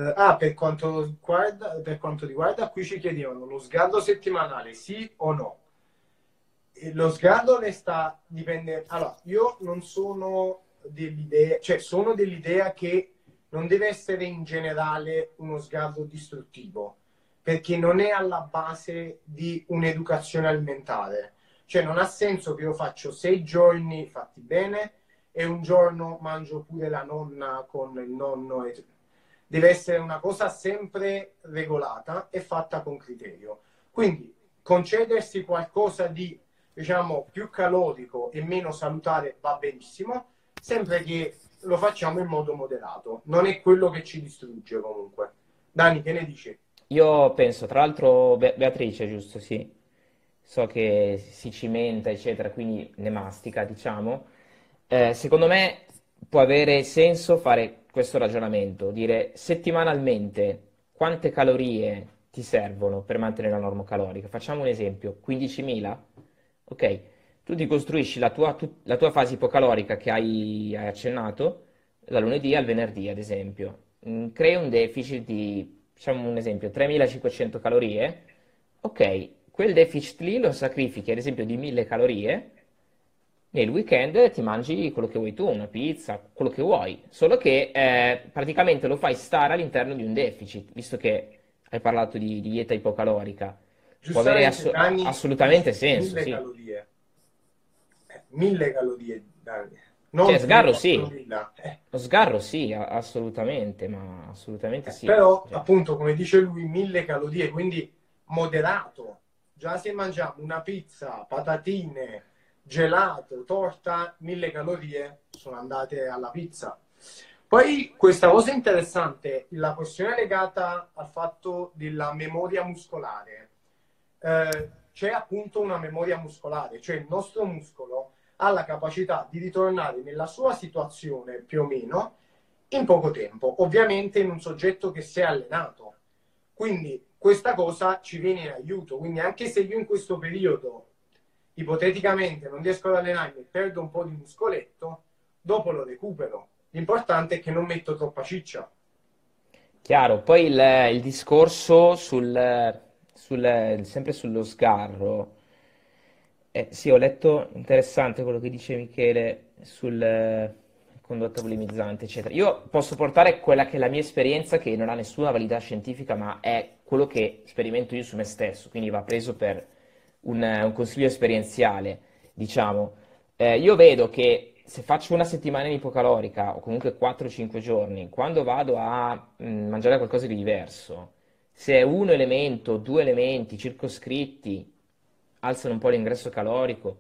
Per quanto riguarda, qui ci chiedevano lo sguardo settimanale, sì o no? E lo sguardo ne sta dipende. Allora, io non sono dell'idea, cioè sono dell'idea che non deve essere in generale uno sguardo distruttivo, perché non è alla base di un'educazione alimentare. Cioè non ha senso che io faccio 6 giorni fatti bene e un giorno mangio pure la nonna con il nonno. Deve essere una cosa sempre regolata e fatta con criterio. Quindi concedersi qualcosa di, diciamo, più calorico e meno salutare va benissimo, sempre che lo facciamo in modo moderato. Non è quello che ci distrugge comunque. Dani, che ne dici? Io penso, tra l'altro, Beatrice, giusto? Sì, so che si cimenta, eccetera, quindi ne mastica, diciamo. Secondo me può avere senso fare questo ragionamento, dire settimanalmente quante calorie ti servono per mantenere la norma calorica. Facciamo un esempio, 15.000? Ok, tu ti costruisci la tua fase ipocalorica che hai accennato dal lunedì al venerdì, ad esempio. Crei un deficit di, facciamo un esempio, 3.500 calorie. Ok, quel deficit lì lo sacrifichi, ad esempio, di 1.000 calorie. Nel weekend ti mangi quello che vuoi tu, una pizza, quello che vuoi, solo che praticamente lo fai stare all'interno di un deficit, visto che hai parlato di dieta ipocalorica. Può avere Giustamente Dani assolutamente dice senso, 1000 sì. calorie. 1000 calorie, Dani. Cioè, Non sgarro 3-4 sì, mila. lo sgarro sì, assolutamente, ma assolutamente sì. Però, Cioè, appunto, come dice lui, 1000 calorie, quindi moderato. Già se mangiamo una pizza, patatine, gelato, torta, 1000 calorie sono andate alla pizza. Poi questa cosa interessante, la questione legata al fatto della memoria muscolare. C'è appunto una memoria muscolare, cioè il nostro muscolo ha la capacità di ritornare nella sua situazione più o meno in poco tempo, ovviamente in un soggetto che si è allenato. Quindi questa cosa ci viene in aiuto. Quindi anche se io in questo periodo ipoteticamente non riesco ad allenarmi e perdo un po' di muscoletto, dopo lo recupero. L'importante è che non metto troppa ciccia. chiaro, poi il discorso sempre sullo sgarro. Sì, ho letto interessante quello che dice Michele sul condotta bulimizzante, eccetera. Io posso portare quella che è la mia esperienza, che non ha nessuna validità scientifica, ma è quello che sperimento io su me stesso, quindi va preso per un consiglio esperienziale, diciamo. Io vedo che se faccio una settimana in ipocalorica o comunque 4-5 giorni, quando vado a mangiare qualcosa di diverso, se è un elemento, due elementi circoscritti alzano un po' l'ingresso calorico,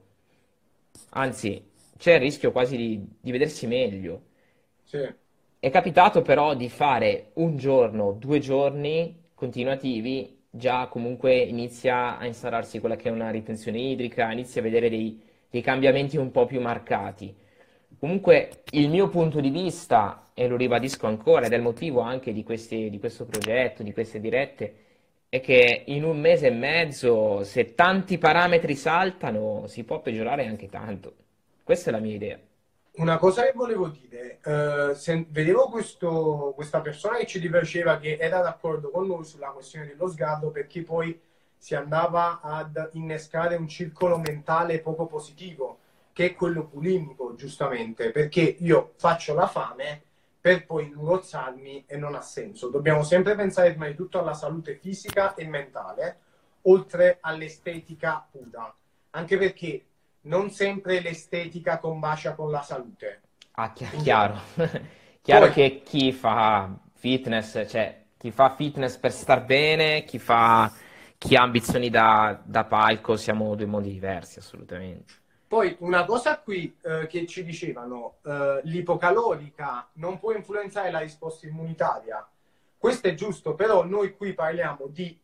anzi c'è il rischio quasi di vedersi meglio. Sì, È capitato però di fare un giorno, 2 giorni continuativi, già comunque inizia a instaurarsi quella che è una ritenzione idrica, inizia a vedere dei cambiamenti un po' più marcati. Comunque il mio punto di vista, e lo ribadisco ancora, ed è il motivo anche di questo progetto, di queste dirette, è che in un mese e mezzo, se tanti parametri saltano, si può peggiorare anche tanto. Questa è la mia idea. una cosa che volevo dire, vedevo questa persona che ci diceva che era d'accordo con noi sulla questione dello sguardo perché poi si andava ad innescare un circolo mentale poco positivo, che è quello bulimico, giustamente, perché io faccio la fame per poi ingozzarmi e non ha senso. Dobbiamo sempre pensare prima di tutto alla salute fisica e mentale, oltre all'estetica pura, anche perché non sempre l'estetica combacia con la salute. Ah, Quindi, chiaro. Chiaro poi, che chi fa fitness, cioè chi fa fitness per star bene, chi ha ambizioni da palco, siamo due mondi diversi, assolutamente. poi una cosa qui che ci dicevano, l'ipocalorica non può influenzare la risposta immunitaria. Questo è giusto, però noi qui parliamo di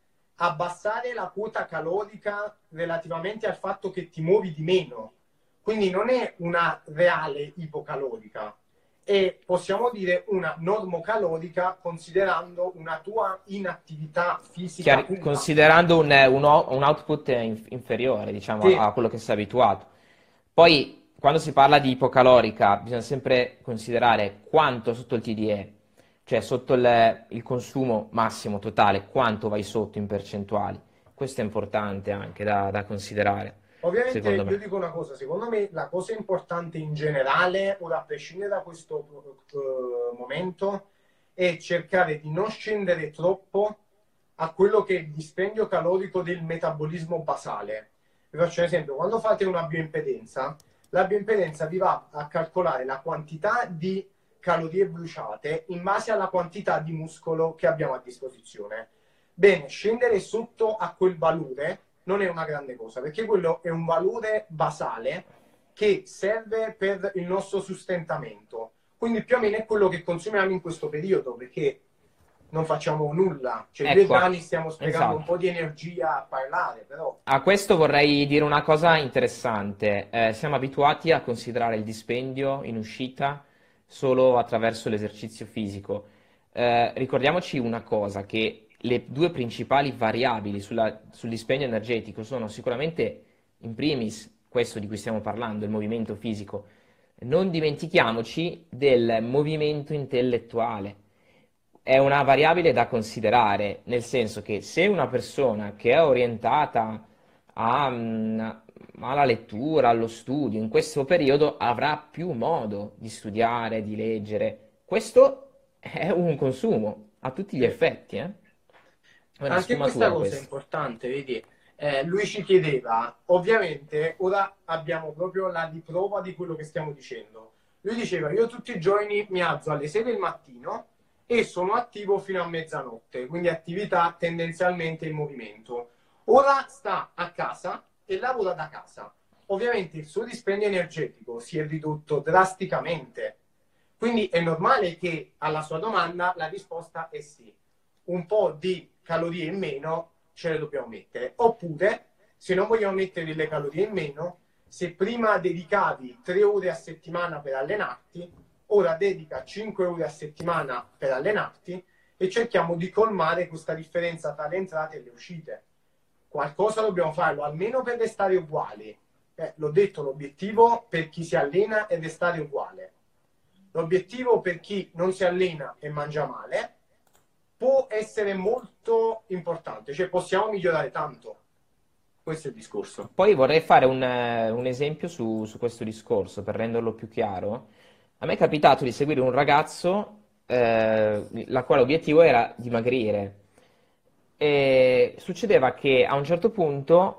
abbassare la quota calorica relativamente al fatto che ti muovi di meno. Quindi non è una reale ipocalorica, è possiamo dire una normocalorica considerando una tua inattività fisica pura. Considerando un output inferiore, diciamo, Sì, a quello che sei abituato. Poi, quando si parla di ipocalorica, bisogna sempre considerare quanto sotto il TDE, cioè sotto il consumo massimo totale, quanto vai sotto in percentuali. Questo è importante anche da considerare, ovviamente secondo io me. dico una cosa, secondo me la cosa importante in generale, ora a prescindere da questo momento, è cercare di non scendere troppo a quello che è il dispendio calorico del metabolismo basale. Vi faccio un esempio, quando fate una bioimpedenza, la bioimpedenza vi va a calcolare la quantità di calorie bruciate in base alla quantità di muscolo che abbiamo a disposizione. Bene, scendere sotto a quel valore non è una grande cosa, perché quello è un valore basale che serve per il nostro sostentamento. Quindi più o meno è quello che consumiamo in questo periodo, perché non facciamo nulla. Cioè, io e Ecco, Dani stiamo sprecando un esatto. po' di energia a parlare, però A questo vorrei dire una cosa interessante. Siamo abituati a considerare il dispendio in uscita solo attraverso l'esercizio fisico. Ricordiamoci una cosa, che le due principali variabili sul dispendio energetico sono sicuramente, in primis, questo di cui stiamo parlando, il movimento fisico. Non dimentichiamoci del movimento intellettuale. È una variabile da considerare, nel senso che se una persona che è orientata alla lettura, allo studio, in questo periodo avrà più modo di studiare, di leggere. Questo è un consumo a tutti gli sì. effetti, eh? È una Anche questa sfumatura cosa è questa. importante, vedi? Lui ci chiedeva, ovviamente, ora abbiamo proprio la riprova di quello che stiamo dicendo. Lui diceva, io tutti i giorni mi alzo alle 6 del mattino e sono attivo fino a mezzanotte, quindi attività tendenzialmente in movimento. Ora sta a casa e lavora da casa. Ovviamente il suo dispendio energetico si è ridotto drasticamente. Quindi è normale che alla sua domanda la risposta è sì. Un po' di calorie in meno ce le dobbiamo mettere. Oppure, se non vogliamo mettere delle calorie in meno, se prima dedicavi 3 ore a settimana per allenarti, ora dedica 5 ore a settimana per allenarti e cerchiamo di colmare questa differenza tra le entrate e le uscite. Qualcosa dobbiamo farlo, almeno per restare uguali. L'ho detto, l'obiettivo per chi si allena è restare uguale. L'obiettivo per chi non si allena e mangia male può essere molto importante, cioè possiamo migliorare tanto. Questo è il discorso. Poi vorrei fare un esempio su questo discorso per renderlo più chiaro. A me è capitato di seguire un ragazzo la quale obiettivo era dimagrire e succedeva che a un certo punto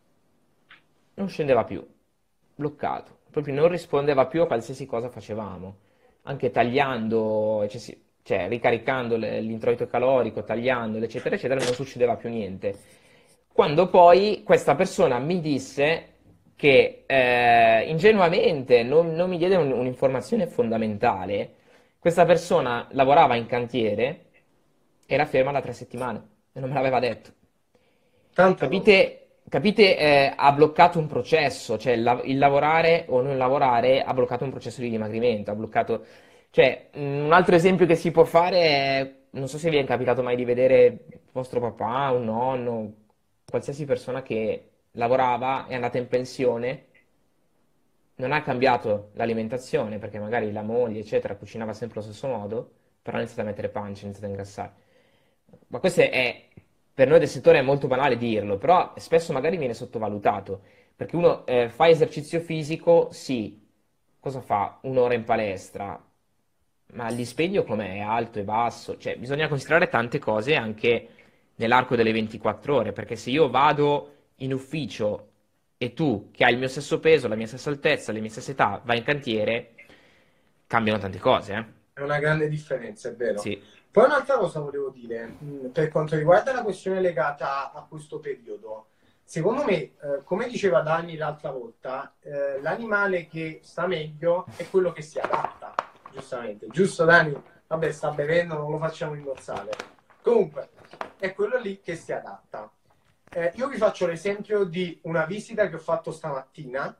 non scendeva più, bloccato, proprio non rispondeva più a qualsiasi cosa facevamo, anche tagliando, cioè ricaricando l'introito calorico, tagliandolo, eccetera, eccetera, non succedeva più niente. Quando poi questa persona mi disse che ingenuamente non mi diede un'informazione fondamentale, questa persona lavorava in cantiere, era ferma da 3 settimane e non me l'aveva detto. Tanta roba. Capite, ha bloccato un processo, cioè il lavorare o non lavorare ha bloccato un processo di dimagrimento, ha bloccato... Cioè, un altro esempio che si può fare è, non so se vi è capitato mai di vedere vostro papà, un nonno, qualsiasi persona che lavorava, è andata in pensione, non ha cambiato l'alimentazione, perché magari la moglie, eccetera, cucinava sempre allo stesso modo, però ha iniziato a mettere pancia, ha iniziato a ingrassare. Ma questo è per noi del settore è molto banale dirlo, però spesso magari viene sottovalutato, perché uno fa esercizio fisico, sì, cosa fa? Un'ora in palestra, ma il dispendio com'è? È alto, è basso? Cioè, bisogna considerare tante cose anche nell'arco delle 24 ore, perché se io vado in ufficio e tu, che hai il mio stesso peso, la mia stessa altezza, le mie stesse età, vai in cantiere, cambiano tante cose, eh? È una grande differenza, è vero. Sì, Poi un'altra cosa volevo dire, per quanto riguarda la questione legata a questo periodo, secondo me, come diceva Dani l'altra volta, l'animale che sta meglio è quello che si adatta, giustamente. Giusto, Dani? Vabbè, sta bevendo, non lo facciamo ingozzare. Comunque, è quello lì che si adatta. Io vi faccio l'esempio di una visita che ho fatto stamattina,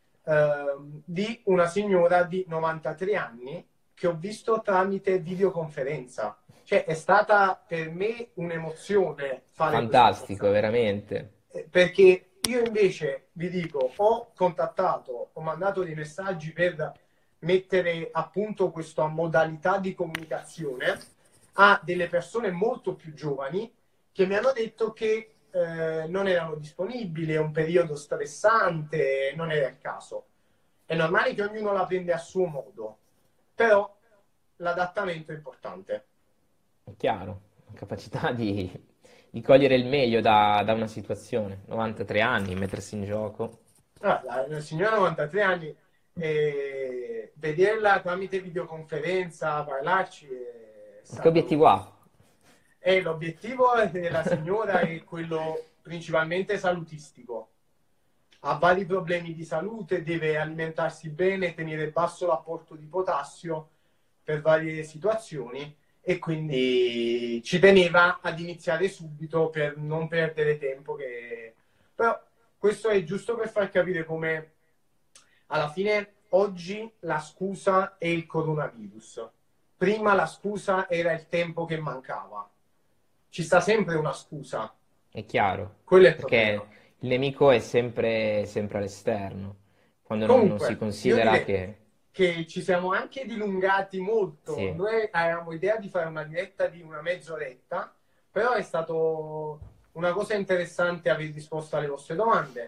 di una signora di 93 anni che ho visto tramite videoconferenza. Cioè, è stata per me un'emozione fare questa fantastico, cosa. veramente. Perché io invece, vi dico, ho contattato, ho mandato dei messaggi per mettere a punto questa modalità di comunicazione a delle persone molto più giovani che mi hanno detto che non erano disponibili, è un periodo stressante, non era il caso. È normale che ognuno la prende a suo modo, però l'adattamento è importante. È chiaro, la capacità di cogliere il meglio da una situazione. 93 anni, mettersi in gioco. Ah, la signora 93 anni, vederla tramite videoconferenza, parlarci è Che stato... obiettivo ha? L'obiettivo della signora è quello principalmente salutistico. Ha vari problemi di salute, deve alimentarsi bene, tenere basso l'apporto di potassio per varie situazioni e quindi ci teneva ad iniziare subito per non perdere tempo. Però questo è giusto per far capire come alla fine oggi la scusa è il coronavirus. Prima la scusa era il tempo che mancava. Ci sta sempre una scusa, È chiaro, quello è il perché problema. il nemico è sempre all'esterno, quando non si Comunque, io considera direi che... che ci siamo anche dilungati molto. Sì, Noi avevamo idea di fare una diretta di una mezz'oretta, però è stato una cosa interessante aver risposto alle vostre domande.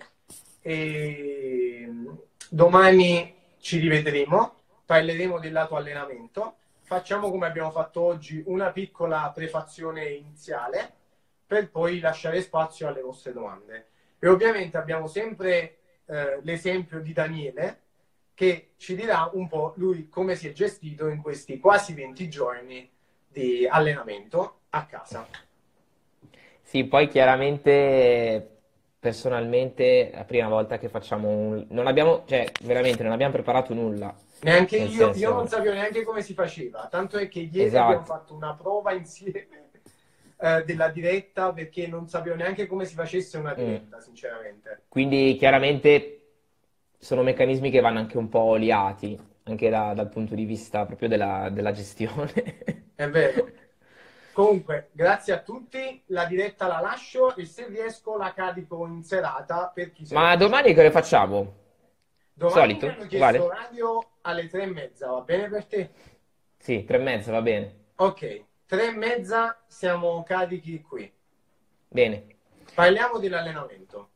E domani ci rivedremo, parleremo del lato allenamento. Facciamo come abbiamo fatto oggi, una piccola prefazione iniziale per poi lasciare spazio alle vostre domande. E ovviamente abbiamo sempre l'esempio di Daniele che ci dirà un po' lui come si è gestito in questi quasi 20 giorni di allenamento a casa. sì, poi chiaramente personalmente è la prima volta che facciamo un... Non abbiamo, cioè veramente non abbiamo preparato nulla, Neanche nel io non senso... sapevo neanche come si faceva, tanto è che ieri abbiamo Esatto. fatto una prova insieme della diretta perché non sapevo neanche come si facesse una Mm. diretta, sinceramente. Quindi chiaramente sono meccanismi che vanno anche un po' oliati, anche dal punto di vista proprio della gestione. È vero. Comunque, grazie a tutti, la diretta la lascio e se riesco la carico in serata per chi se lo Ma dice. domani che ne facciamo? Domani mi Solito? hanno chiesto Uguale? orario alle 3:30, va bene per te? Sì, 3:30, va bene. Ok, 3:30 siamo carichi qui. Bene, Parliamo dell'allenamento,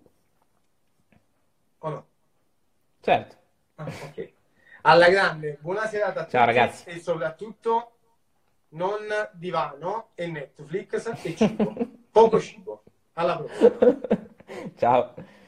o no? certo. Ah, ok. Alla grande, buona serata a Ciao tutti ragazzi. e soprattutto non divano e Netflix e cibo. Poco cibo. Alla prossima. Ciao.